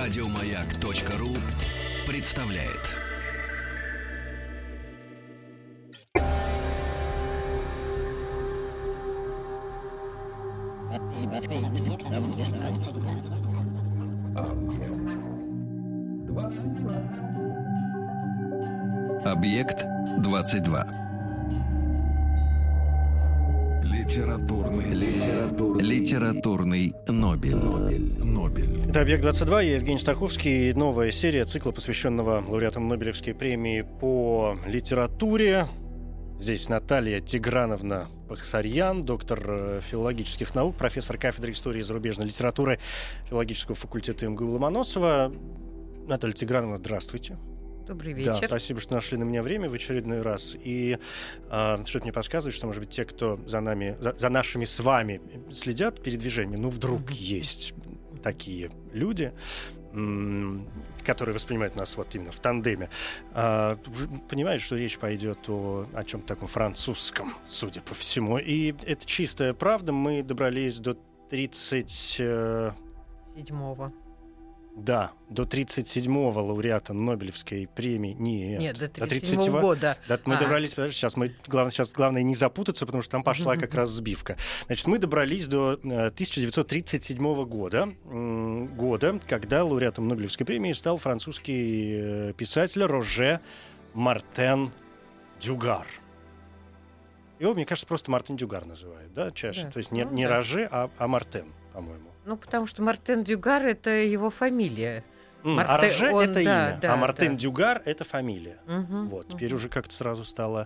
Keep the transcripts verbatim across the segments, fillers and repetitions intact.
Радиомаяк.ру представляет. Объект двадцать два. Литературный, литературный, литературный Нобель. Нобель. Нобель. Это «Объект двадцать два», я Евгений Стаховский. Новая серия цикла, посвященного лауреатам Нобелевской премии по литературе. Здесь Наталья Тиграновна Пахсарьян, доктор филологических наук, профессор кафедры истории и зарубежной литературы филологического факультета эм гэ у Ломоносова. Наталья Тиграновна, здравствуйте. Добрый вечер. Да, спасибо, что нашли на меня время в очередной раз. И э, что-то мне подсказывает, что, может быть, те, кто за нами, за, за нашими с вами следят передвижениями, ну, вдруг mm-hmm. есть такие люди, м- которые воспринимают нас вот именно в тандеме, э, понимают, что речь пойдет о, о чем-то таком французском, судя по всему. И это чистая правда. Мы добрались до тридцать седьмого. Да, до тридцать седьмого лауреата Нобелевской премии. Нет, Нет, до тридцать седьмого года. Да, мы а. добрались, подожди, сейчас, мы, главное, сейчас главное не запутаться, потому что там пошла как раз сбивка. Значит, мы добрались до тысяча девятьсот тридцать седьмого года, года, когда лауреатом Нобелевской премии стал французский писатель Роже Мартен Дюгар. Его, мне кажется, просто Мартен Дюгар называют, да, чаще? Да. То есть не, ну, не да. Роже, а, а Мартен, по-моему. Ну, потому что Мартен Дюгар — это его фамилия. Mm, Марте... А Роже — он... это да, имя, да, а Мартен да. Дюгар — это фамилия. Угу, вот, угу. теперь уже как-то сразу стало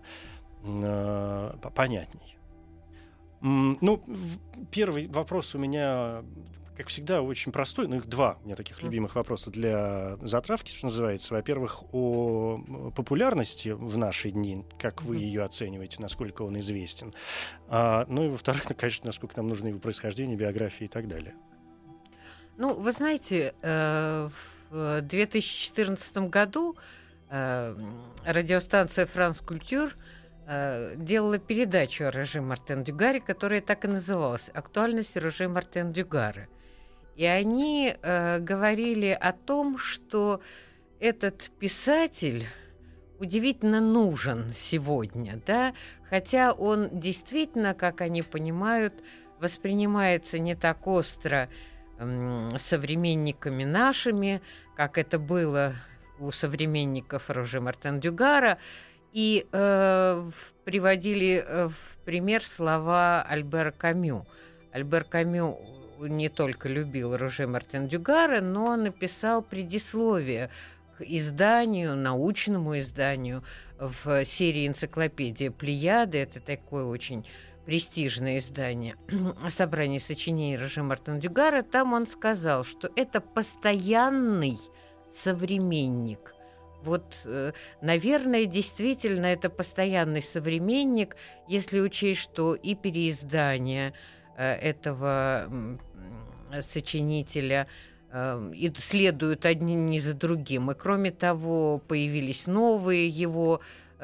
э, понятней. М, ну, в... первый вопрос у меня, как всегда, очень простой. Ну, их два у меня таких любимых вопроса для затравки, что называется. Во-первых, о популярности в наши дни, как вы ее оцениваете, насколько он известен. А, ну и во-вторых, ну, конечно, насколько нам нужно его происхождение, биография и так далее. Ну, вы знаете, э, в две тысячи четырнадцатом году э, радиостанция «Франс Культур» э, делала передачу о Роже Мартен Дюгаре, которая так и называлась «Актуальность Роже Мартен Дюгара». И они э, говорили о том, что этот писатель удивительно нужен сегодня, да, хотя он действительно, как они понимают, воспринимается не так остро современниками нашими, как это было у современников Роже Мартен Дюгара, и э, приводили э, в пример слова Альбера Камю. Альбер Камю не только любил Роже Мартен Дюгара, но написал предисловие к изданию, научному изданию в серии энциклопедия Плеяды. Это такое очень престижное издание собрание сочинений Роже Мартен Дюгара. Там он сказал, что это постоянный современник. Вот, э, наверное, действительно, это постоянный современник, если учесть, что и переиздание э, этого э, сочинителя э, и следуют одни за другим. И, кроме того, появились новые его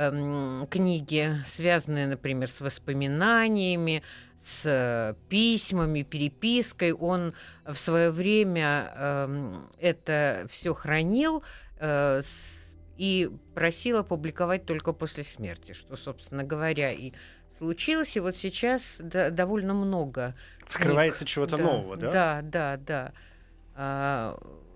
книги, связанные, например, с воспоминаниями, с письмами, перепиской. Он в свое время э, это все хранил э, с, и просил опубликовать только после смерти, что, собственно говоря, и случилось. И вот сейчас да, довольно много скрывается книг. чего-то да, нового, да? Да, да, да. А,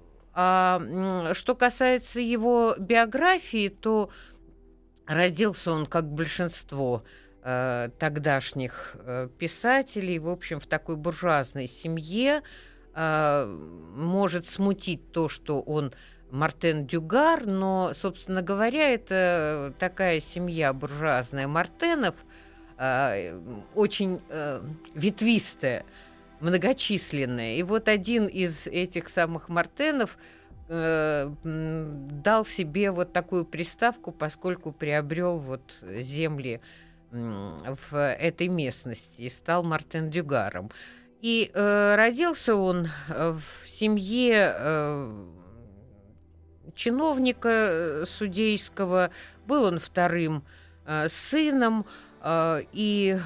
а что касается его биографии, то родился он, как большинство э, тогдашних э, писателей, в общем, в такой буржуазной семье. Э, может смутить то, что он Мартен Дюгар, но, собственно говоря, это такая семья буржуазная Мартенов, э, очень э, ветвистая, многочисленная. И вот один из этих самых Мартенов дал себе вот такую приставку, поскольку приобрел вот земли в этой местности и стал Мартен Дюгаром. И э, родился он в семье э, чиновника судейского, был он вторым э, сыном, э, и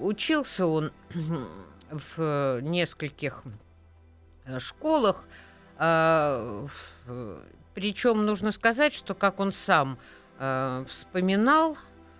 учился он в нескольких школах. А, причем нужно сказать, что, как он сам а, вспоминал,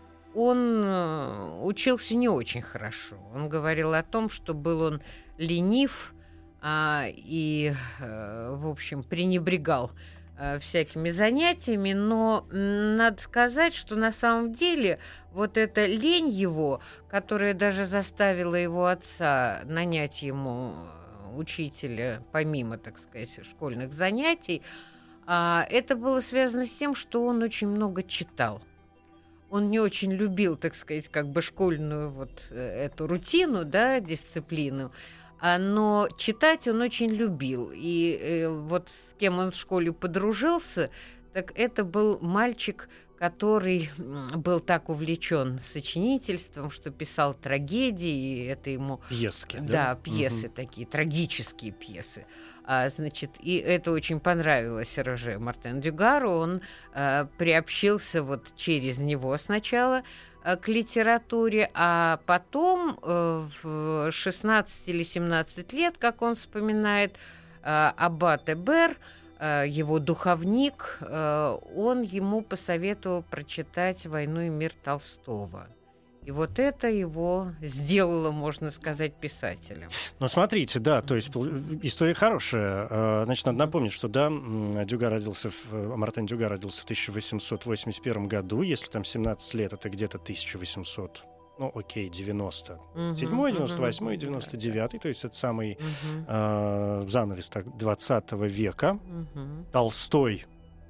он учился не очень хорошо. Он говорил о том, что был он ленив а, и, а, в общем, пренебрегал а, всякими занятиями, но надо сказать, что на самом деле вот эта лень его, которая даже заставила его отца нанять ему учителя, помимо, так сказать, школьных занятий, а, это было связано с тем, что он очень много читал. Он не очень любил, так сказать, как бы школьную вот эту рутину, да, дисциплину, а, но читать он очень любил. И э, вот с кем он в школе подружился, так это был мальчик, который был так увлечен сочинительством, что писал трагедии, и это ему... Пьески, да? Да, пьесы угу. такие, трагические пьесы. А, значит, и это очень понравилось Роже Мартен-Дюгару. Он а, приобщился вот через него сначала а, к литературе, а потом а, в шестнадцать или семнадцать лет, как он вспоминает, а, аббат Эбер, а, его духовник, а, он ему посоветовал прочитать «Войну и мир» Толстого. И вот это его сделало, можно сказать, писателем. Ну, смотрите, да, то есть история хорошая. Значит, надо напомнить, что, да, Дюгар родился в, Мартен Дюгар родился в тысяча восемьсот восемьдесят первом году. Если там семнадцать лет, это где-то тысяча восемьсот, ну, окей, девяносто седьмой, девяносто восьмой, девяносто девятый, то есть это самый uh-huh. э, занавес так, двадцатого века. Uh-huh. Толстой,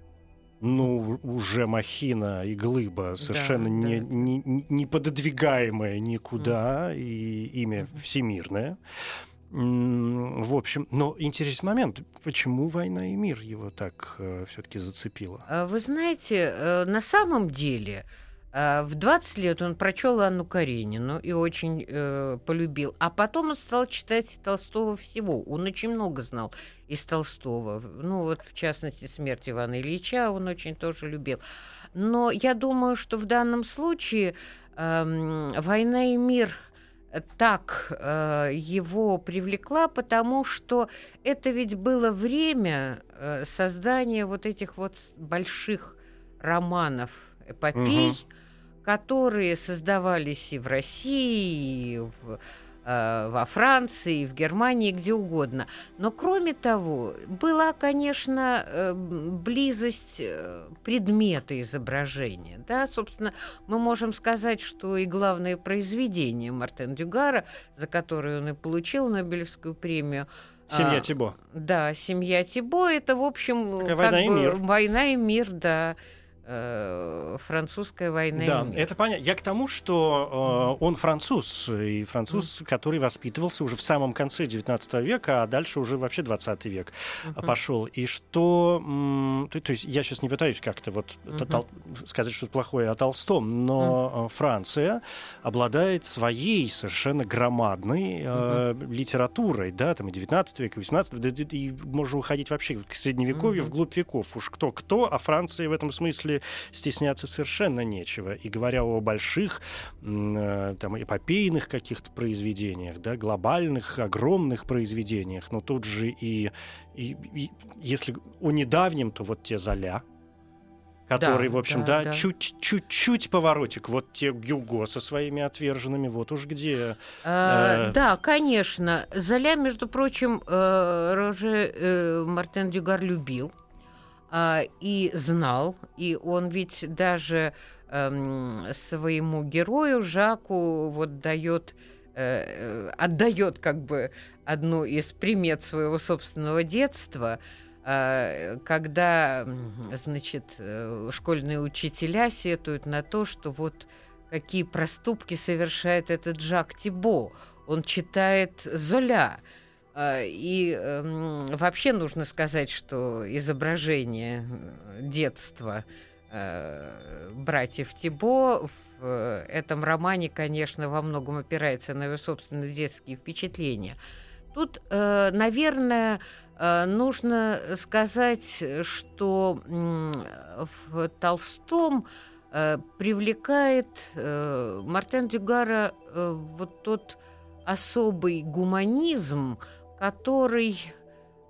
ну, уже махина и глыба, совершенно да, не, да. Не, не пододвигаемая никуда, mm. и имя mm-hmm. всемирное. В общем, но интересный момент, почему «Война и мир» его так э, все-таки зацепила? Вы знаете, э, на самом деле... В двадцать лет он прочел Анну Каренину и очень э, полюбил. А потом он стал читать Толстого всего. Он очень много знал из Толстого. Ну, вот, в частности, «Смерть Ивана Ильича» он очень тоже любил. Но я думаю, что в данном случае э, «Война и мир» так э, его привлекла, потому что это ведь было время э, создания вот этих вот больших романов, эпопей, угу. которые создавались и в России, и в, э, во Франции, и в Германии, где угодно. Но, кроме того, была, конечно, э, близость э, предмета изображения. Да? Собственно, мы можем сказать, что и главное произведение Мартен-Дюгара, за которое он и получил Нобелевскую премию, «Семья а, Тибо». Да, «Семья Тибо» — это, в общем, как «Война бы, и мир». «Война и мир», да. Французская война. Да, это понятно. Я к тому, что э, он француз, и француз, mm. который воспитывался уже в самом конце девятнадцатого века, а дальше уже вообще двадцатый век mm-hmm. пошел. И что... М, то, то есть я сейчас не пытаюсь как-то вот mm-hmm. тол- сказать что-то плохое о Толстом, но mm. Франция обладает своей совершенно громадной э, mm-hmm. литературой, да, там и девятнадцатый век, и восемнадцатый, да, и можно уходить вообще к средневековью, mm-hmm. вглубь веков. Уж кто-кто, а Франции в этом смысле стесняться совершенно нечего. И говоря о больших э, там, эпопейных каких-то произведениях, да, глобальных, огромных произведениях, но тут же и, и, и если о недавнем, то вот те Золя, который, да, в общем, да, да, да. Чуть, чуть-чуть поворотик, вот те Гюго со своими отверженными, вот уж где... А, э... Да, конечно. Золя, между прочим, э, Роже э, Мартен-Дюгар любил и знал, и он ведь даже эм, своему герою Жаку вот дает, э, отдает как бы одну из примет своего собственного детства, э, когда, значит, школьные учителя сетуют на то, что вот какие проступки совершает этот Жак Тибо. Он читает Золя. И э, вообще нужно сказать, что изображение детства э, братьев Тибо в э, этом романе, конечно, во многом опирается на его собственные детские впечатления. Тут, э, наверное, э, нужно сказать, что э, в Толстом э, привлекает э, Мартен-Дюгара э, вот тот особый гуманизм, который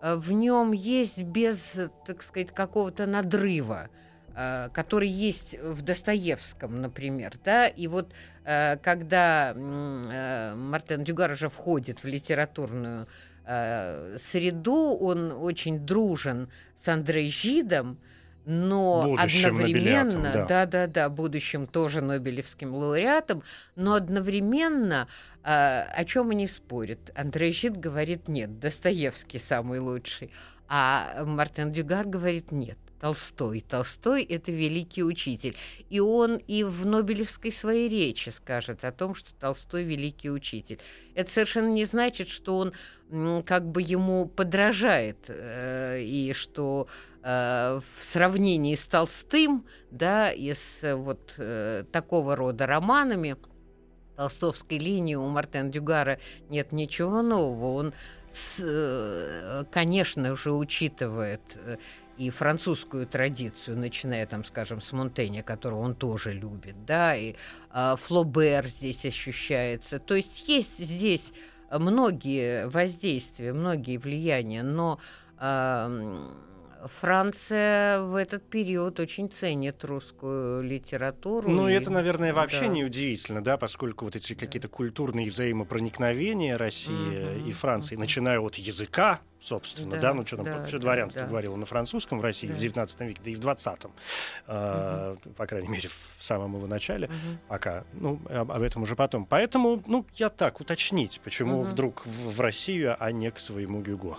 в нем есть без, так сказать, какого-то надрыва, который есть в Достоевском, например, да, и вот когда Мартен Дюгар уже входит в литературную среду, он очень дружен с Андре Жидом, но будущим одновременно, да. да, да, да, будущим тоже Нобелевским лауреатом, но одновременно, э, о чем они спорят? Андре Жид говорит нет, Достоевский самый лучший, а Мартен Дюгар говорит нет, Толстой. Толстой — это великий учитель. И он и в Нобелевской своей речи скажет о том, что Толстой — великий учитель. Это совершенно не значит, что он м, как бы ему подражает, э, и что э, в сравнении с Толстым, да, и с вот э, такого рода романами, толстовской линии у Мартена Дюгара нет ничего нового. Он, с, конечно, уже учитывает и французскую традицию, начиная, там, скажем, с Монтэня, которого он тоже любит, да, и э, Флобер здесь ощущается. То есть есть здесь многие воздействия, многие влияния, но э, Франция в этот период очень ценит русскую литературу. Ну, и это, наверное, вообще да. неудивительно, да, поскольку вот эти какие-то культурные взаимопроникновения России Мгм, и Франции, мгм. начиная от языка, собственно, да, Да, ну что там, да, все да, дворянство да. говорило на французском в России Да. в девятнадцатом веке, да и в двадцатом, э, по крайней мере, в самом его начале, Мгм. пока, ну, об, об этом уже потом. Поэтому, ну, я так, уточнить, почему Мгм. вдруг в, в Россию, а не к своему Гюго.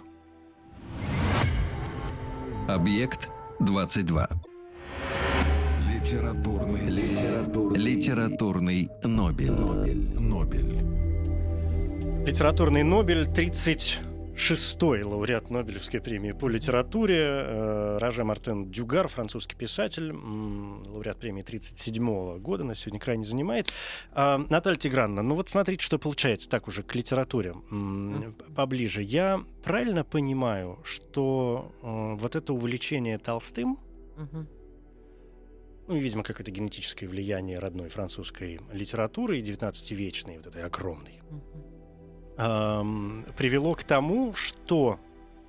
Объект двадцать два. Литературный, литературный, Литературный Нобель. Нобель, Нобель. Литературный Нобель, тридцать шестой лауреат Нобелевской премии по литературе, э, Роже Мартен Дюгар, французский писатель, м, лауреат премии тридцать седьмого года, нас сегодня крайне занимает. А, Наталья Тиграновна, ну вот смотрите, что получается, так уже к литературе м, поближе. Я правильно понимаю, что э, вот это увлечение Толстым, Мгм. ну и, видимо, какое-то генетическое влияние родной французской литературы, девятнадцативечной, вот этой огромной, Мгм. эм, привело к тому, что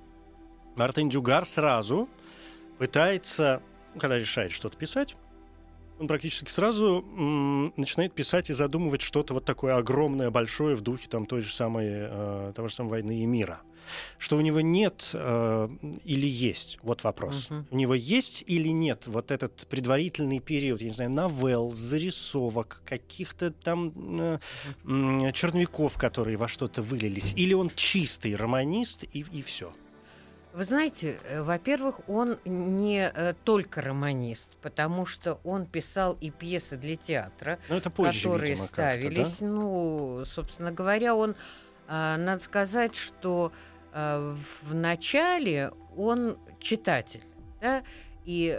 Мартен Дюгар сразу пытается, когда решает что-то писать, он практически сразу м, начинает писать и задумывать что-то вот такое огромное, большое в духе там той же самой, э, того же самой «Войны и мира». Что у него нет э, или есть, вот вопрос. Мгм. У него есть или нет вот этот предварительный период, я не знаю, новелл, зарисовок, каких-то там э, м, черновиков, которые во что-то вылились, или он чистый романист и, и все. Вы знаете, э, во-первых, он не э, только романист, потому что он писал и пьесы для театра, Но это позже, которые видимо, как-то, ставились. да? Ну, собственно говоря, он, э, надо сказать, что э, в начале он читатель, да, и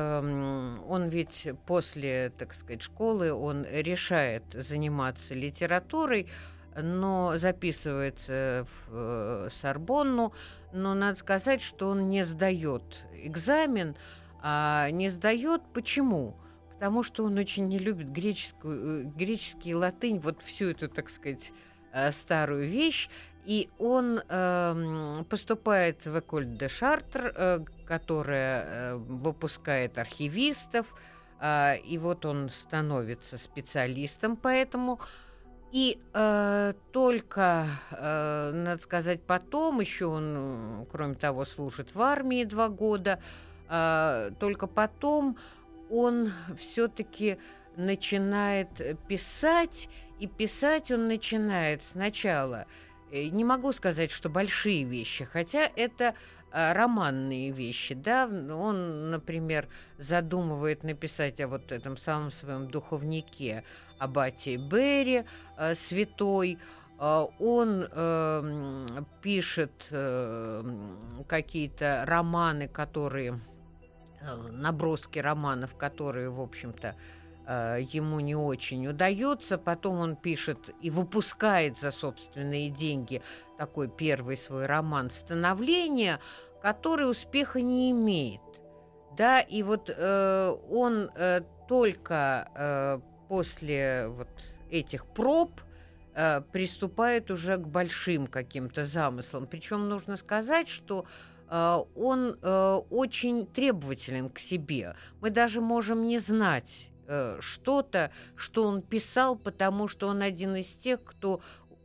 э, он ведь после, так сказать, школы он решает заниматься литературой, но записывается в э, Сорбонну, но надо сказать, что он не сдает экзамен, а не сдает почему? Потому что он очень не любит греческую, э, греческий и латынь, вот всю эту, так сказать, э, старую вещь, и он э, поступает в Эколь де Шартр, э, которая э, выпускает архивистов, э, и вот он становится специалистом по этому. И э, только, э, надо сказать, потом, еще он, кроме того, служит в армии два года, э, только потом он все-таки начинает писать, и писать он начинает сначала, не могу сказать, что большие вещи, хотя это э, романные вещи, да, он, например, задумывает написать о вот этом самом своем духовнике, аббате Берри, э, святой. Э, он э, пишет э, какие-то романы, которые, э, наброски романов, которые, в общем-то, э, ему не очень удается. Потом он пишет и выпускает за собственные деньги такой первый свой роман «Становление», который успеха не имеет. Да, и вот э, он э, только э, после вот этих проб э, приступает уже к большим каким-то замыслам. Причем нужно сказать, что э, он э, очень требователен к себе. Мы даже можем не знать э, что-то, что он писал, потому что он один из тех, кто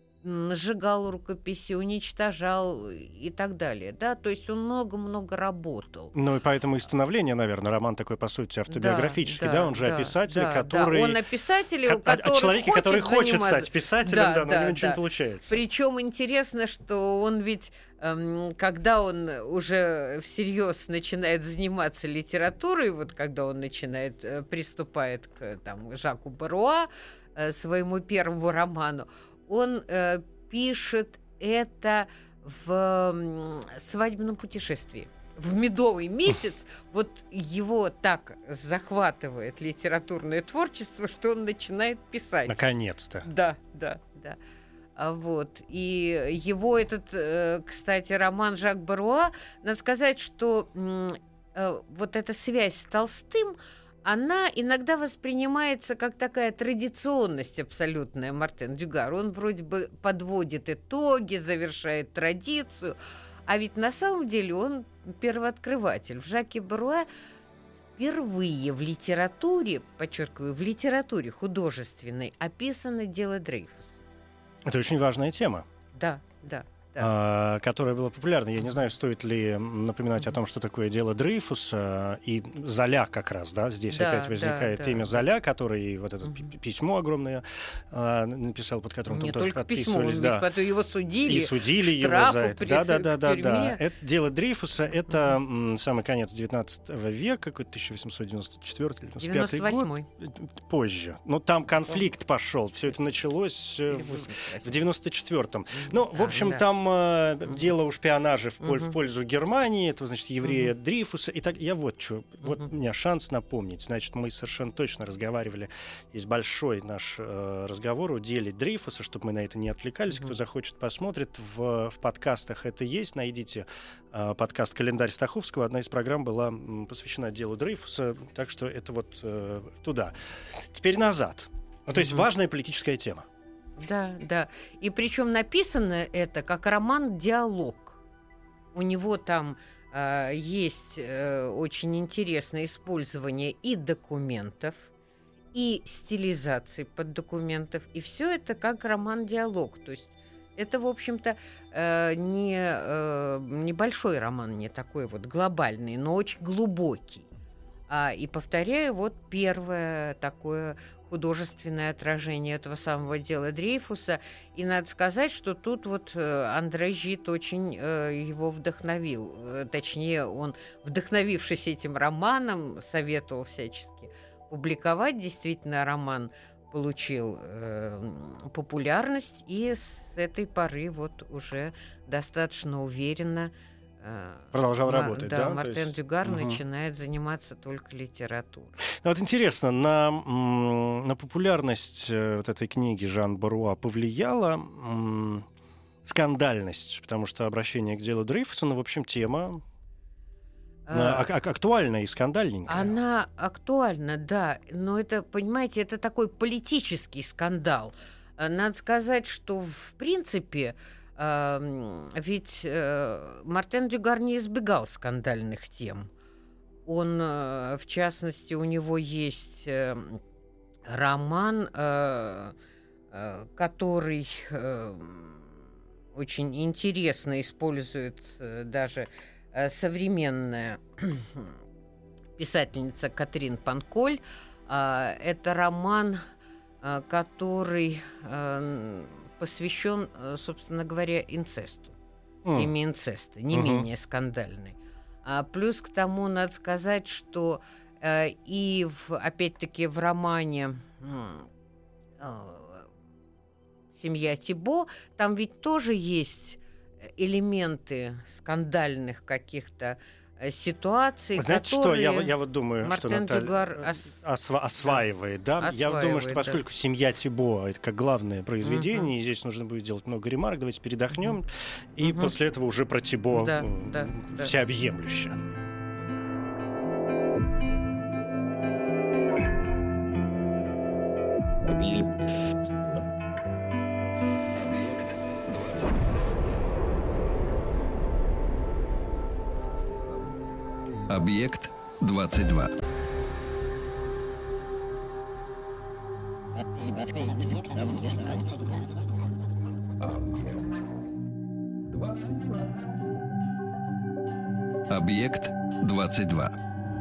сжигал рукописи, уничтожал и так далее. Да? То есть он много-много работал. Ну и поэтому и становление, наверное, роман такой, по сути, автобиографический, да, да? Он же да, о писателе, да, который... Да. Он о писателе, о, у которого о человеке, хочет который хочет заниматься... стать писателем, да, да, но да, у него ничего да. не получается. Причем интересно, что он ведь, эм, когда он уже всерьез начинает заниматься литературой, вот когда он начинает, э, приступает к там, Жаку Баруа, э, своему первому роману, он э, пишет это в э, свадебном путешествии. В медовый месяц вот его так захватывает литературное творчество, что он начинает писать. Наконец-то. Да, да, да. А вот. И его этот, э, кстати, роман «Жак Баруа», надо сказать, что э, вот эта связь с Толстым, она иногда воспринимается как такая традиционность абсолютная Мартен Дюгар. Он вроде бы подводит итоги, завершает традицию, а ведь на самом деле он первооткрыватель. В Жаке Баруа впервые в литературе, подчеркиваю, в литературе художественной описано дело Дрейфуса. Это очень важная тема. Да, да. Да. А, которая была популярна. Я не знаю, стоит ли напоминать о том, что такое дело Дрейфуса. И Золя как раз, да, здесь да, опять возникает да, да, имя Золя, который вот это угу. письмо огромное а, написал, под которым не там тоже подписывались. Письмо, да. потом его судили, и судили его за это. Да, да, да, да, да. Это дело Дрейфуса, это угу. самый конец девятнадцатого века, какой-то тысяча восемьсот девяносто четвёртый или девяносто пятый год. Позже. Но там конфликт пошел. Все это началось в, в девяносто четвёртом. Ну, да, в общем, да. там Uh-huh. дело о шпионаже в, uh-huh. в пользу Германии, это, значит, еврея uh-huh. Дрейфуса. И так я вот что, uh-huh. вот у меня шанс напомнить. Значит, мы совершенно точно разговаривали, есть большой наш э, разговор о деле Дрейфуса, чтобы мы на это не отвлекались. Uh-huh. Кто захочет, посмотрит. В, в подкастах это есть. Найдите э, подкаст «Календарь Стаховского». Одна из программ была м, посвящена делу Дрейфуса, так что это вот э, туда. Теперь назад. Ну, то есть uh-huh. важная политическая тема. Да, да. И причем написано это как роман-диалог. У него там э, есть э, очень интересное использование и документов, и стилизации под документов. И все это как роман-диалог. То есть это, в общем-то, э, не, э, небольшой роман, не такой вот глобальный, но очень глубокий. А, и повторяю, вот первое такое художественное отражение этого самого дела Дрейфуса. И надо сказать, что тут вот Андре Жид очень э, его вдохновил. Точнее, он, вдохновившись этим романом, советовал всячески публиковать. Действительно, роман получил э, популярность, и с этой поры вот уже достаточно уверенно продолжал Ма- работать, да? Да, Мартен есть... Дюгар угу. начинает заниматься только литературой. Ну, вот интересно, на, на популярность вот этой книги Жан Баруа повлияла м- скандальность, потому что обращение к делу Дрейфуса, ну, в общем, тема а, а, актуальная и скандальненькая. Она актуальна, да, но это, понимаете, это такой политический скандал. Надо сказать, что, в принципе, ведь Мартен Дюгар не избегал скандальных тем. Он, в частности, у него есть роман, который очень интересно использует даже современная писательница Катрин Панколь. Это роман, который посвящен, собственно говоря, инцесту, mm. теме инцеста, не uh-huh. менее скандальной. А плюс к тому надо сказать, что э, и в, опять-таки в романе э, «Семья Тибо» там ведь тоже есть элементы скандальных каких-то ситуаций, знаете, которые... что? Я, я вот думаю, Мартен что Наталья Дюгар ос... осва- осваивает, да? Осваивает, я думаю, что поскольку да. «Семья Тибо» — это как главное произведение, uh-huh. и здесь нужно будет делать много ремарок, давайте передохнем, uh-huh. и uh-huh. после этого уже про Тибо да, э, да, да. всеобъемлюще. Объект двадцать два. Объект двадцать два.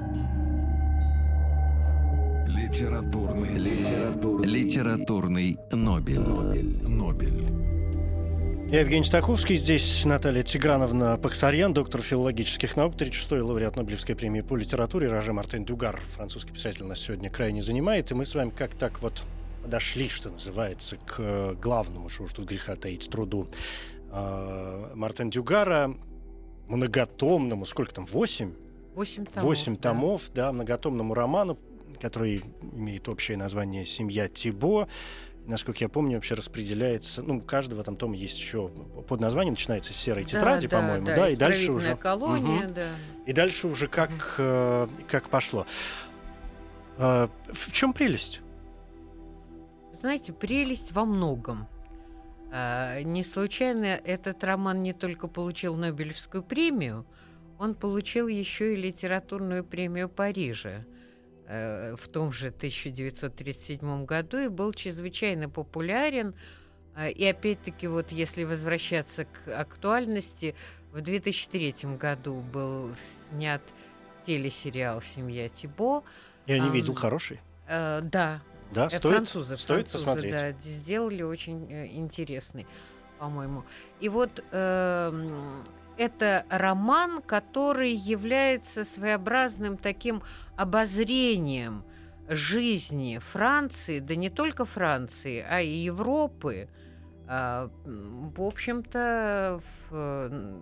Литературный, литературный, Литературный Нобель. Нобель. Нобель. Я Евгений Стаховский, здесь Наталья Тиграновна Пахсарьян, доктор филологических наук, тридцать шестой лауреат Нобелевской премии по литературе. Роже Мартен Дюгар, французский писатель, нас сегодня крайне занимает. И мы с вами как так вот подошли, что называется, к главному, что уж тут греха таить, труду Мартен Дюгара, многотомному, сколько там, восемь? Восемь томов. Восемь да. томов, да, многотомному роману, который имеет общее название «Семья Тибо». Насколько я помню, вообще распределяется... Ну, у каждого там тома есть еще под названием, начинается с «Серой тетради», да, по-моему, да, да, и дальше уже... колония, Мгм. да. И дальше уже как, э, как пошло. Э, в чем прелесть? Знаете, прелесть во многом. А, не случайно этот роман не только получил Нобелевскую премию, он получил еще и литературную премию Парижа э, в том же тысяча девятьсот тридцать седьмом году и был чрезвычайно популярен. А, и опять-таки, вот если возвращаться к актуальности, в две тысячи третьем году был снят телесериал «Семья Тибо». Я не Ам, видел, хороший. Э, да, Да, Э, стоит? Французы, Стоит французы, посмотреть. да, сделали очень э, интересный, по-моему. И вот эм, это роман, который является своеобразным таким обозрением жизни Франции, да не только Франции, а и Европы. А, м, в общем-то, в э,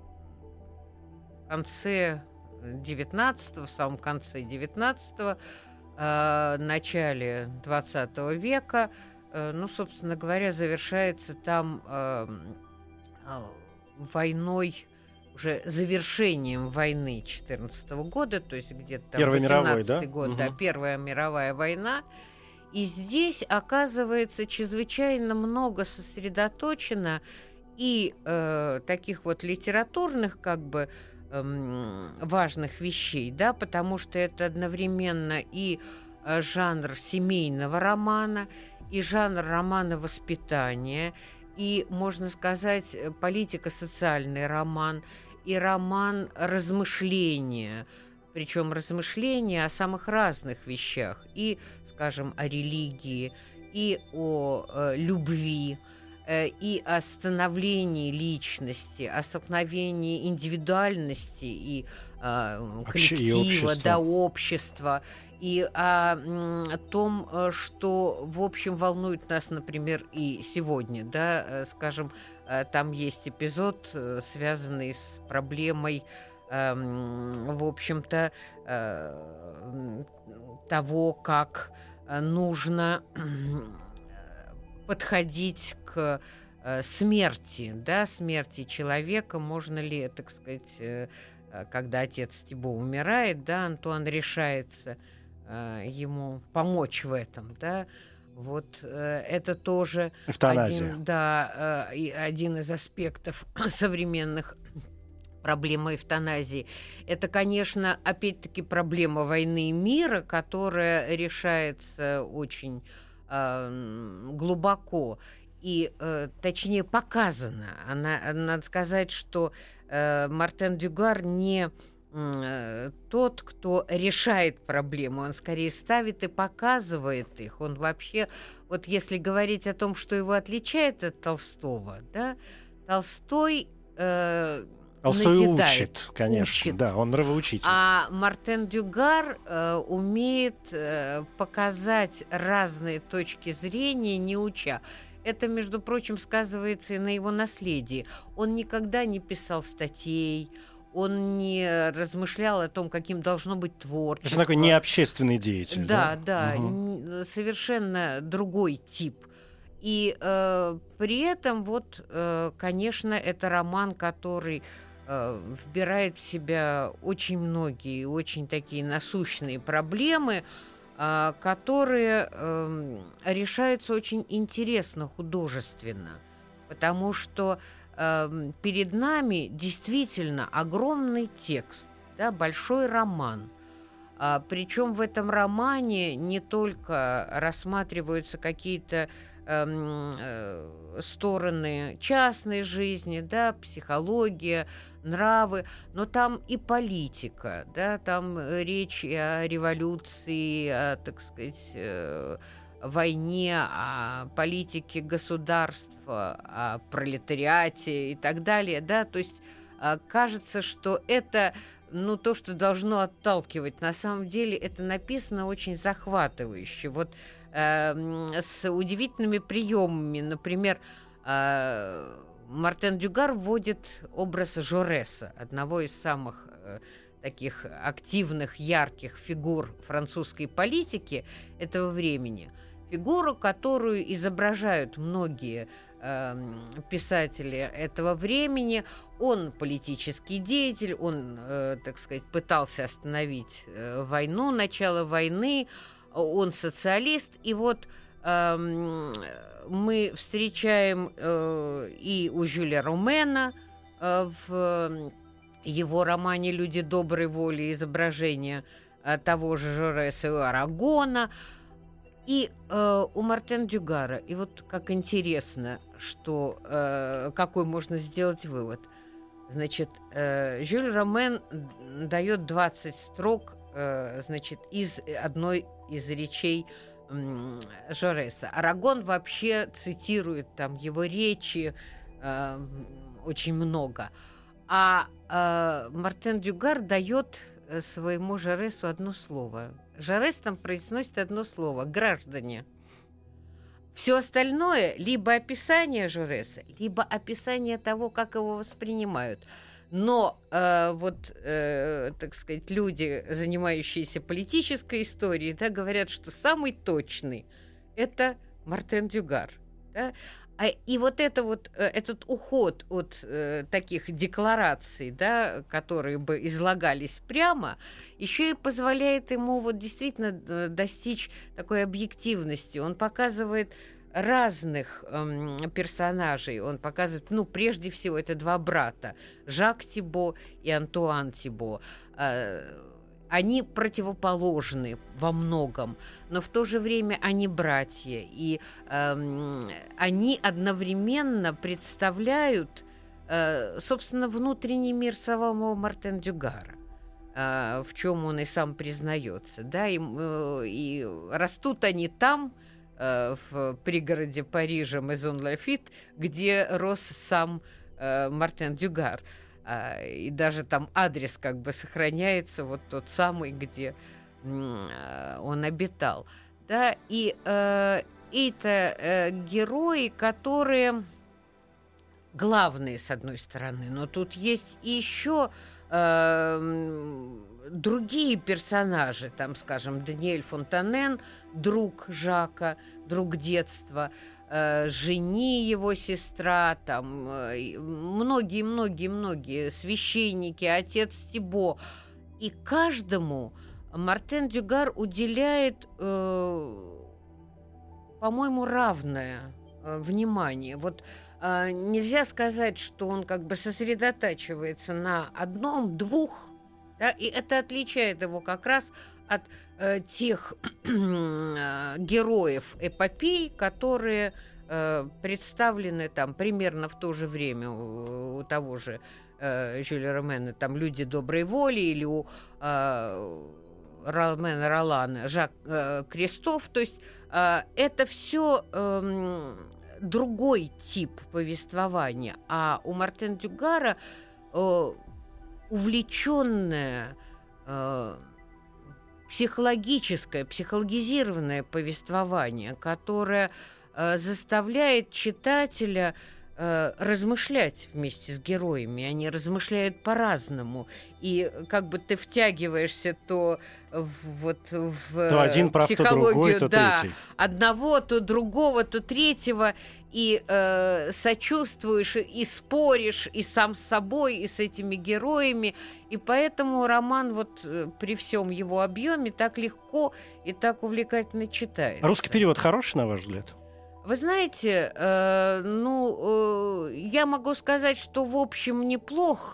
конце девятнадцатого, в самом конце девятнадцатого, в начале двадцатого века, ну, собственно говоря, завершается там э, войной, уже завершением войны четырнадцатого года, то есть где-то там Первой мировой, да? год, да, Мгм. Первая мировая война. И здесь оказывается чрезвычайно много сосредоточено и э, таких вот литературных, как бы, важных вещей, да, потому что это одновременно и э, жанр семейного романа, и жанр романа воспитания, и, можно сказать, политико-социальный роман, и роман размышления, причем размышления о самых разных вещах, и, скажем, о религии, и о э, любви, и о становлении личности, о столкновении индивидуальности и э, коллектива, да, общества, и о, о том, что, в общем, волнует нас, например, и сегодня, да, скажем, там есть эпизод, связанный с проблемой, э, в общем-то, э, того, как нужно подходить к э, смерти, да, смерти человека. Можно ли, так сказать, э, когда отец Тибо умирает, да, Антуан решается э, ему помочь в этом, да. Вот э, это тоже один, да, э, один из аспектов современных проблемы эвтаназии. Это, конечно, опять-таки проблема войны и мира, которая решается очень глубоко и, э, точнее, показана. Она, надо сказать, что э, Мартен Дюгар не э, тот, кто решает проблему, он скорее ставит и показывает их. Он вообще, вот если говорить о том, что его отличает от Толстого, да, Толстой э, Толстой назидает, учит, конечно, учит. Да, он нравоучитель. А Мартен Дюгар э, умеет э, показать разные точки зрения, не уча. Это, между прочим, сказывается и на его наследии. Он никогда не писал статей, он не размышлял о том, каким должно быть творчество. Это такой необщественный деятель. Да, да, да, угу. Совершенно другой тип. И э, при этом, вот, э, конечно, это роман, который вбирает в себя очень многие, очень такие насущные проблемы, которые решаются очень интересно, художественно, потому что перед нами действительно огромный текст, да, большой роман. А, причем в этом романе не только рассматриваются какие-то эм, э, стороны частной жизни, да, психология, нравы, но там и политика, да, там речь и о революции, о, так сказать, э, войне, о политике государства, о пролетариате и так далее, да, то есть э, кажется, что это, ну, то, что должно отталкивать. На самом деле это написано очень захватывающе, вот э, с удивительными приемами, например, э, Мартен Дюгар вводит образ Жореса, одного из самых э, таких активных, ярких фигур французской политики этого времени. Фигуру, которую изображают многие э, писатели этого времени. Он политический деятель, он, э, так сказать, пытался остановить э, войну, начало войны, он социалист, и вот э, мы встречаем э, и у Жюля Ромена э, в его романе «Люди доброй воли» изображение э, того же Жореса и Арагона, и э, у Мартен Дюгара. И вот как интересно, что, э, какой можно сделать вывод. Значит, э, Жюль Ромен дает двадцать строк, э, значит, из одной из речей Жореса. Арагон вообще цитирует там его речи э, очень много. А э, Мартен Дюгар дает своему Жоресу одно слово. Жорес там произносит одно слово: «граждане». Все остальное либо описание Жореса, либо описание того, как его воспринимают. Но э, вот, э, так сказать, люди, занимающиеся политической историей, да, говорят, что самый точный – это Мартен Дюгар. Да? А, и вот, это вот э, этот уход от э, таких деклараций, да, которые бы излагались прямо, еще и позволяет ему вот действительно достичь такой объективности. Он показывает разных эм, персонажей. Он показывает, ну, прежде всего, это два брата, Жак Тибо и Антуан Тибо. Э, они противоположны во многом, но в то же время они братья, и э, они одновременно представляют, э, собственно, внутренний мир самого Мартен Дюгара, э, в чем он и сам признается, да, и, э, и растут они там, в пригороде Парижа Мезон-Лафит, где рос сам э, Мартен Дюгар. А, и даже там адрес как бы сохраняется, вот тот самый, где э, он обитал. Да? И э, это э, герои, которые главные, с одной стороны, но тут есть и еще э, другие персонажи, там, скажем, Даниэль Фонтанен, друг Жака, друг детства, э, жени его сестра, там многие-многие-многие э, священники, отец Тибо. И каждому Мартен Дюгар уделяет, э, по-моему, равное э, внимание. Вот э, нельзя сказать, что он как бы сосредотачивается на одном, двух, да, и это отличает его как раз от э, тех э, героев эпопей, которые э, представлены там примерно в то же время у, у того же э, Жюля Ромена, там «Люди доброй воли», или у э, Ромена Ролана Жак э, Кристоф. То есть э, это все э, другой тип повествования, а у Мартен Дюгара э, увлеченное, э, психологическое, психологизированное повествование, которое э, заставляет читателя э, размышлять вместе с героями. Они размышляют по-разному. И как бы ты втягиваешься то в, вот, в то один прав, психологию, то другой, то да, третий. Одного, то другого, то третьего. И э, сочувствуешь, и споришь, и сам с собой, и с этими героями. И поэтому роман вот э, при всем его объеме так легко и так увлекательно читается. Русский перевод хороший, на ваш взгляд? Вы знаете, э, ну, э, я могу сказать, что в общем неплох.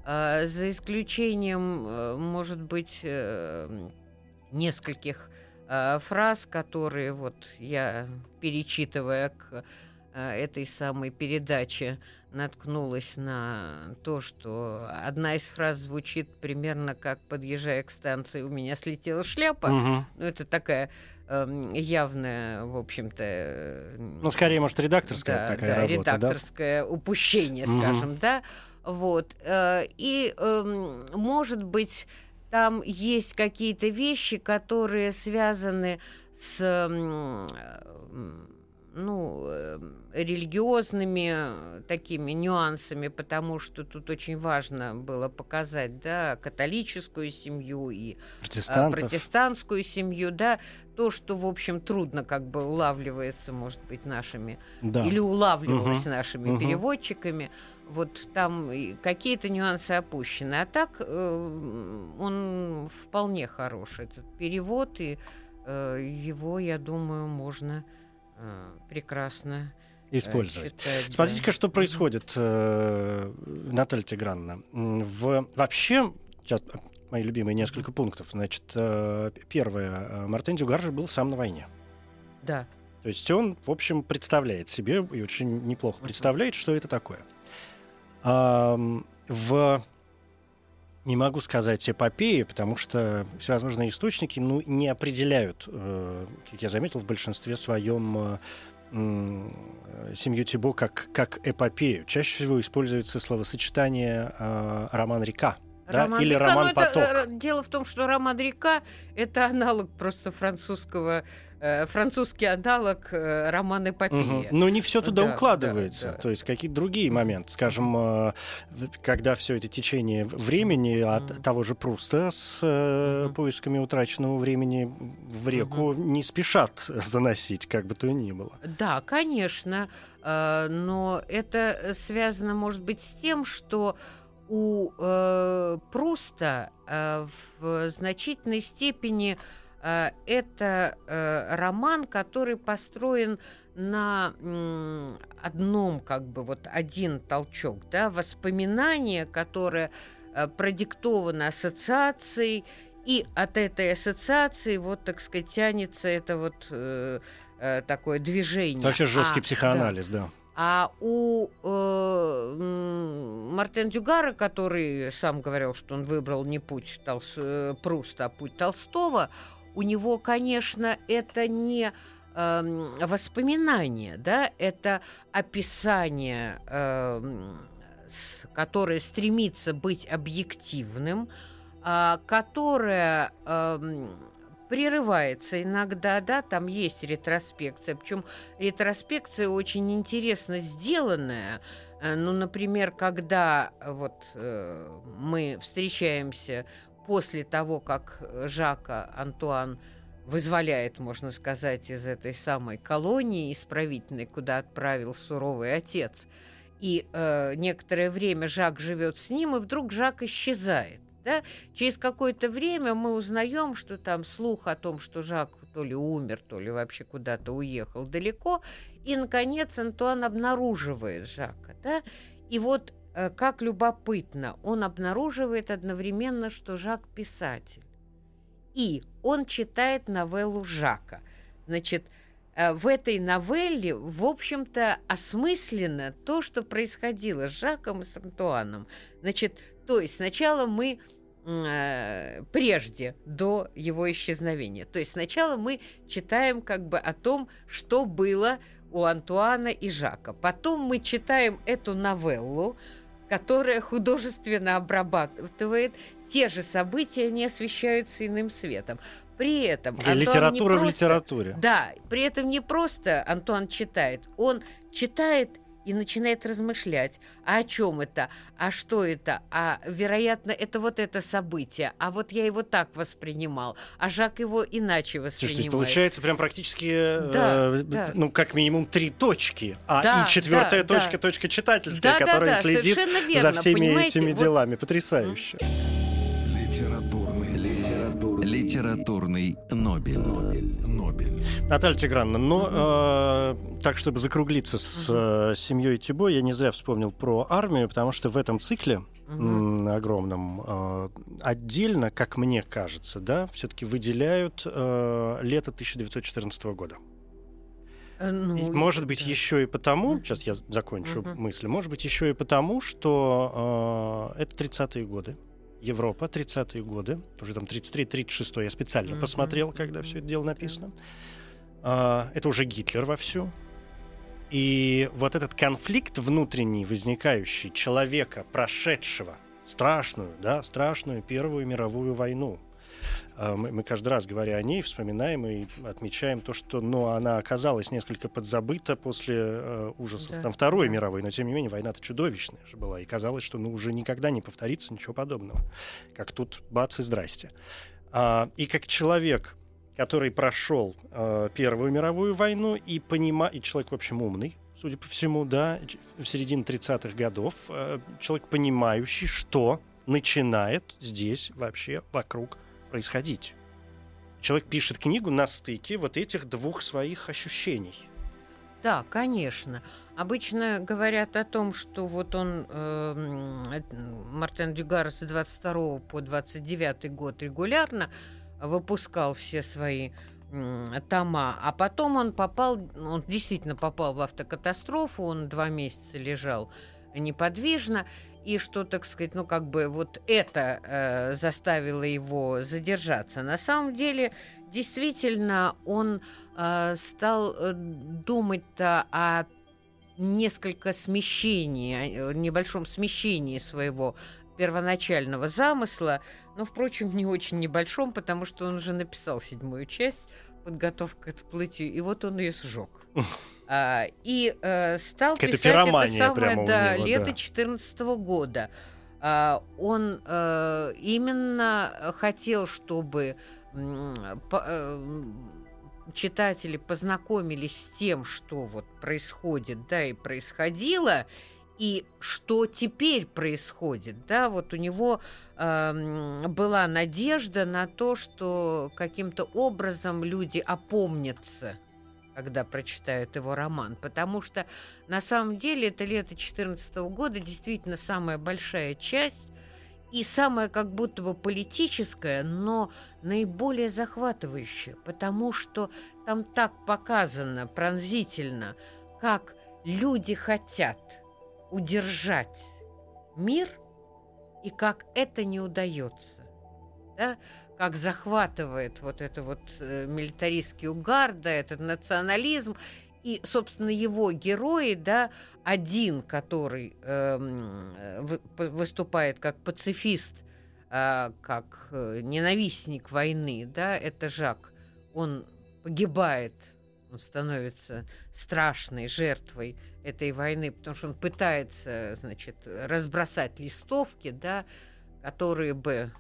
э, за исключением, э, может быть, э, нескольких э, фраз, которые вот я, перечитывая к э, этой самой передаче, наткнулась на то, что одна из фраз звучит примерно как «подъезжая к станции, у меня слетела шляпа». Угу. Ну, это такая э, явная, в общем-то... э, Ну, скорее, может, редакторская да, такая да, работа, редакторское упущение, Мгм. скажем, да. Вот. э, И, эм, может быть, там есть какие-то вещи, которые связаны с... м, м, ну, э, религиозными э, такими нюансами, потому что тут очень важно было показать, да, католическую семью и да? э, Протестантов. протестантскую семью, да, то, что, в общем, трудно как бы улавливается, может быть, нашими, Да. или улавливалось Мгм. нашими Мгм. переводчиками. Вот там и какие-то нюансы опущены. А так э, он вполне хороший, этот перевод, и э, его, я думаю, можно э, прекрасно э, Использовать. читать. Смотрите-ка, да. что происходит, э, Наталья Тиграновна. М, В, вообще, сейчас мои любимые несколько пунктов. Значит, э, первое. э, Мартен Дюгар же был сам на войне. Да. То есть он, в общем, представляет себе, и очень неплохо Мгм. представляет, что это такое. Ам, в, не могу сказать эпопеи, потому что всевозможные источники ну, не определяют, э, как я заметил, в большинстве своем э, м, э, семью Тибо как, как эпопею. Чаще всего используется словосочетание э, «роман река». Да? Роман Или Река, роман ну, это, «Поток». э, дело в том, что роман «Река» — это аналог просто французского, э, французский аналог э, романа «Эпопея». Мгм. Но не все туда Да, укладывается. да, да. То есть какие-то другие моменты. Скажем, э, в- когда все это течение в- времени от Мгм. того же Пруста с э, Мгм. поисками утраченного времени в реку не спешат заносить, как бы то ни было. Да, конечно, э, но это связано, может быть, с тем, что у э, Пруста э, в значительной степени э, это э, роман, который построен на м, одном, как бы, вот один толчок, да, воспоминание, которое э, продиктовано ассоциацией, и от этой ассоциации, вот, так сказать, тянется это вот э, э, такое движение. Это вообще жесткий А, психоанализ, да. а у э, м, Мартен Дюгара, который сам говорил, что он выбрал не путь Толс- э, Пруста, а путь Толстого, у него, конечно, это не э, воспоминание, да, это описание, э, м, с- которое стремится быть объективным, а, которое э, м, прерывается иногда, да, там есть ретроспекция, причем ретроспекция очень интересно сделанная. Э, Ну, например, когда э, вот э, мы встречаемся после того, как Жака Антуан вызволяет, можно сказать, из этой самой колонии исправительной, куда отправил суровый отец, и э, некоторое время Жак живет с ним, и вдруг Жак исчезает. Да? Через какое-то время мы узнаем, что там слух о том, что Жак то ли умер, то ли вообще куда-то уехал далеко. И, наконец, Антуан обнаруживает Жака. Да? И вот э, как любопытно, он обнаруживает одновременно, что Жак писатель. И он читает новеллу Жака. Значит, э, в этой новелле, в общем-то, осмысленно то, что происходило с Жаком и с Антуаном. Значит, то есть сначала мы э, прежде, до его исчезновения. То есть сначала мы читаем как бы о том, что было у Антуана и Жака. Потом мы читаем эту новеллу, которая художественно обрабатывает те же события, не освещаются иным светом. При этом Антуан не Литература в просто- литературе. Да, при этом не просто Антуан читает, он читает и начинает размышлять, а о чем это, а что это, а, вероятно, это вот это событие, а вот я его так воспринимал, а Жак его иначе Слушайте, то есть воспринимает. получается прям практически, Да, э, да. ну, как минимум три точки, а Да, и четвертая да, точка, да. точка читательская, Да, да, которая да, следит совершенно верно, за всеми понимаете, этими вот- делами. Потрясающе. Литературный, литературный, Литературный Нобель. Нобель, Нобель. Наталья Тиграновна, но э, так, чтобы закруглиться с э, семьей Тибо, я не зря вспомнил про армию, потому что в этом цикле Мгм. совершенно огромном. Э, отдельно, как мне кажется, да, все-таки выделяют э, лето тысяча девятьсот четырнадцатого года. Ну, и, может быть, да. еще и потому, Мгм. сейчас я закончу Мгм. мысль, может быть, еще и потому, что э, это тридцатые годы. Европа, тридцатые годы, уже там тридцать три тридцать шесть, я специально Мгм. посмотрел, когда все это дело написано. А, это уже Гитлер вовсю. И вот этот конфликт внутренний, возникающий человека, прошедшего страшную, да, страшную Первую мировую войну. А, мы, мы каждый раз, говоря о ней, вспоминаем и отмечаем то, что, ну, она оказалась несколько подзабыта после э, ужасов Да, там, Второй да. мировой, но тем не менее война-то чудовищная же была, и казалось, что ну, уже никогда не повторится ничего подобного. Как тут бац и здрасте. А, и как человек, который прошел э, Первую мировую войну и понимает, и человек, в общем, умный, судя по всему, да, ч- в середине тридцатых годов, э, человек, понимающий, что начинает здесь вообще вокруг происходить. Человек пишет книгу на стыке вот этих двух своих ощущений. Да, конечно. Обычно говорят о том, что вот он, э, м, э, Мартен Дюгар, с двадцать второго по двадцать девятый год регулярно выпускал все свои м, тома, а потом он попал, он действительно попал в автокатастрофу, он два месяца лежал неподвижно, и что, так сказать, ну как бы вот это э, заставило его задержаться. На самом деле, действительно, он э, стал э, думать-то о несколько смещении, о небольшом смещении своего первоначального замысла, но, впрочем, не очень небольшом, потому что он уже написал седьмую часть, подготовка к отплытию, и вот он ее сжег. А, и э, стал Какая-то писать это пиромания самое, прямо у да, него, лето да. четырнадцатого года. А, он э, именно хотел, чтобы м, по- э, читатели познакомились с тем, что вот происходит, да, и происходило, и что теперь происходит, да, вот у него э, была надежда на то, что каким-то образом люди опомнятся, когда прочитают его роман, потому что на самом деле это лето четырнадцатого года действительно самая большая часть и самая как будто бы политическая, но наиболее захватывающая, потому что там так показано пронзительно, как люди хотят удержать мир и как это не удается, да? Как захватывает вот это вот э, милитаристский угар, да, этот национализм. И, собственно, его герои, да, один, который э, вы, выступает как пацифист, э, как э, ненавистник войны, да, это Жак, он погибает, он становится страшной жертвой этой войны, потому что он пытается, значит, разбросать листовки, да, которые бы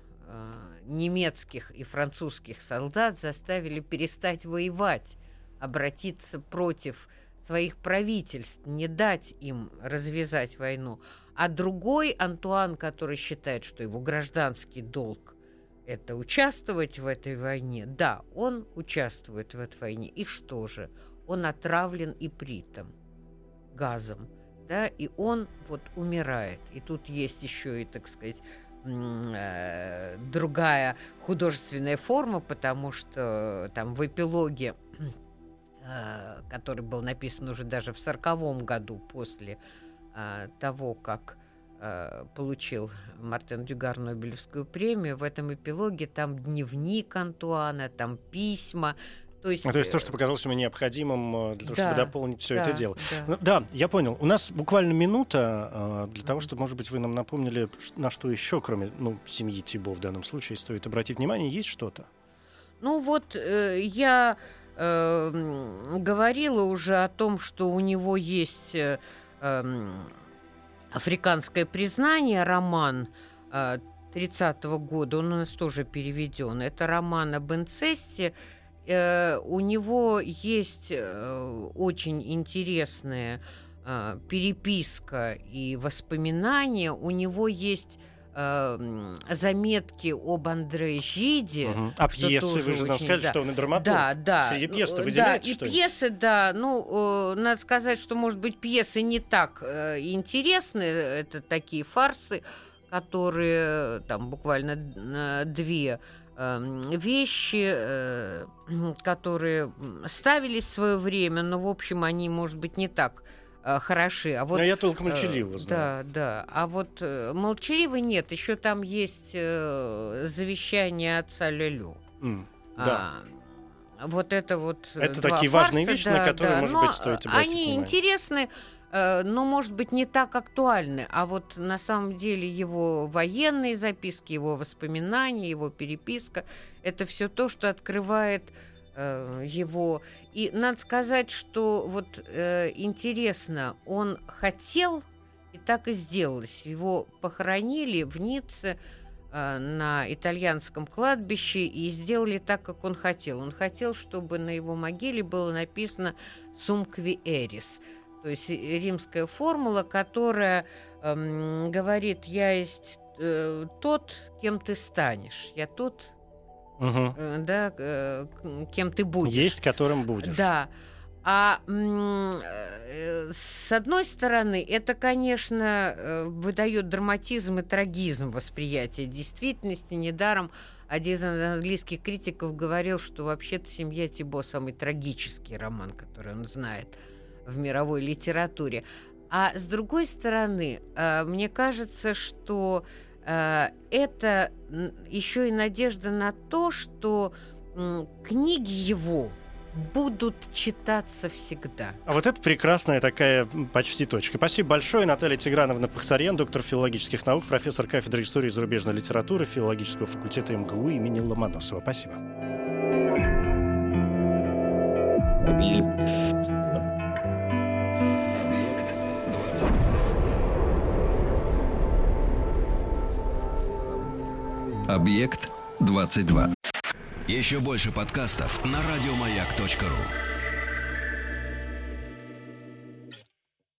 немецких и французских солдат заставили перестать воевать, обратиться против своих правительств, не дать им развязать войну. А другой, Антуан, который считает, что его гражданский долг – это участвовать в этой войне, да, он участвует в этой войне. И что же? Он отравлен ипритом, газом, да, и он вот умирает. И тут есть еще и, так сказать, другая художественная форма, потому что там в эпилоге, который был написан уже даже в сороковом году после того, как получил Мартен Дюгар Нобелевскую премию, в этом эпилоге там дневник Антуана, там письма. То есть, ну, то есть то, что показалось мне необходимым для того, да, чтобы дополнить все да, это дело. Да. Ну, да, я понял. У нас буквально минута э, для mm-hmm. того, чтобы, может быть, вы нам напомнили, на что еще, кроме ну, семьи Тибо в данном случае, стоит обратить внимание. Есть что-то? Ну вот э, я э, говорила уже о том, что у него есть э, э, «Африканское признание», роман э, тридцатого года, он у нас тоже переведен. Это роман об инцесте. Uh, у него есть uh, очень интересная uh, переписка и воспоминания. У него есть uh, заметки об Андре Жиде. Угу. А пьесы, вы же нам очень, сказали, да. что он и драматург. Да, да. Среди пьес-то да, выделяется и что-нибудь? Пьесы, да. Ну, uh, надо сказать, что, может быть, пьесы не так uh, интересны. Это такие фарсы, которые там буквально две вещи, которые ставились в свое время, но, в общем, они, может быть, не так хороши. А вот, но я только молчаливый Да, знаю. да. А вот молчаливый нет. Еще там есть завещание отца Лелю. Mm, да. А, вот это вот Это два такие фарса, важные вещи, да, на которые, да. может но быть, стоит обратить они внимание. интересны, но, может быть, не так актуальны. А вот на самом деле его военные записки, его воспоминания, его переписка — это все то, что открывает э, его. И надо сказать, что вот э, интересно, он хотел, и так и сделалось. Его похоронили в Ницце э, на итальянском кладбище и сделали так, как он хотел. Он хотел, чтобы на его могиле было написано «Sum qui eris», то есть римская формула, которая э, говорит: «Я есть э, тот, кем ты станешь, я тот, Угу. э, да, э, кем ты будешь». Есть, которым будешь. Да. А э, с одной стороны, это, конечно, э, выдает драматизм и трагизм восприятия действительности. Недаром один из английских критиков говорил, что вообще-то «Семья Тибо» — самый трагический роман, который он знает в мировой литературе. А с другой стороны, э, мне кажется, что э, это еще и надежда на то, что э, книги его будут читаться всегда. А вот это прекрасная такая почти точка. Спасибо большое. Наталья Тиграновна Пахсарьян, доктор филологических наук, профессор кафедры истории и зарубежной литературы филологического факультета эм гэ у имени Ломоносова. Спасибо. Объект двадцать два. Еще больше подкастов на радиомаяк точка ру.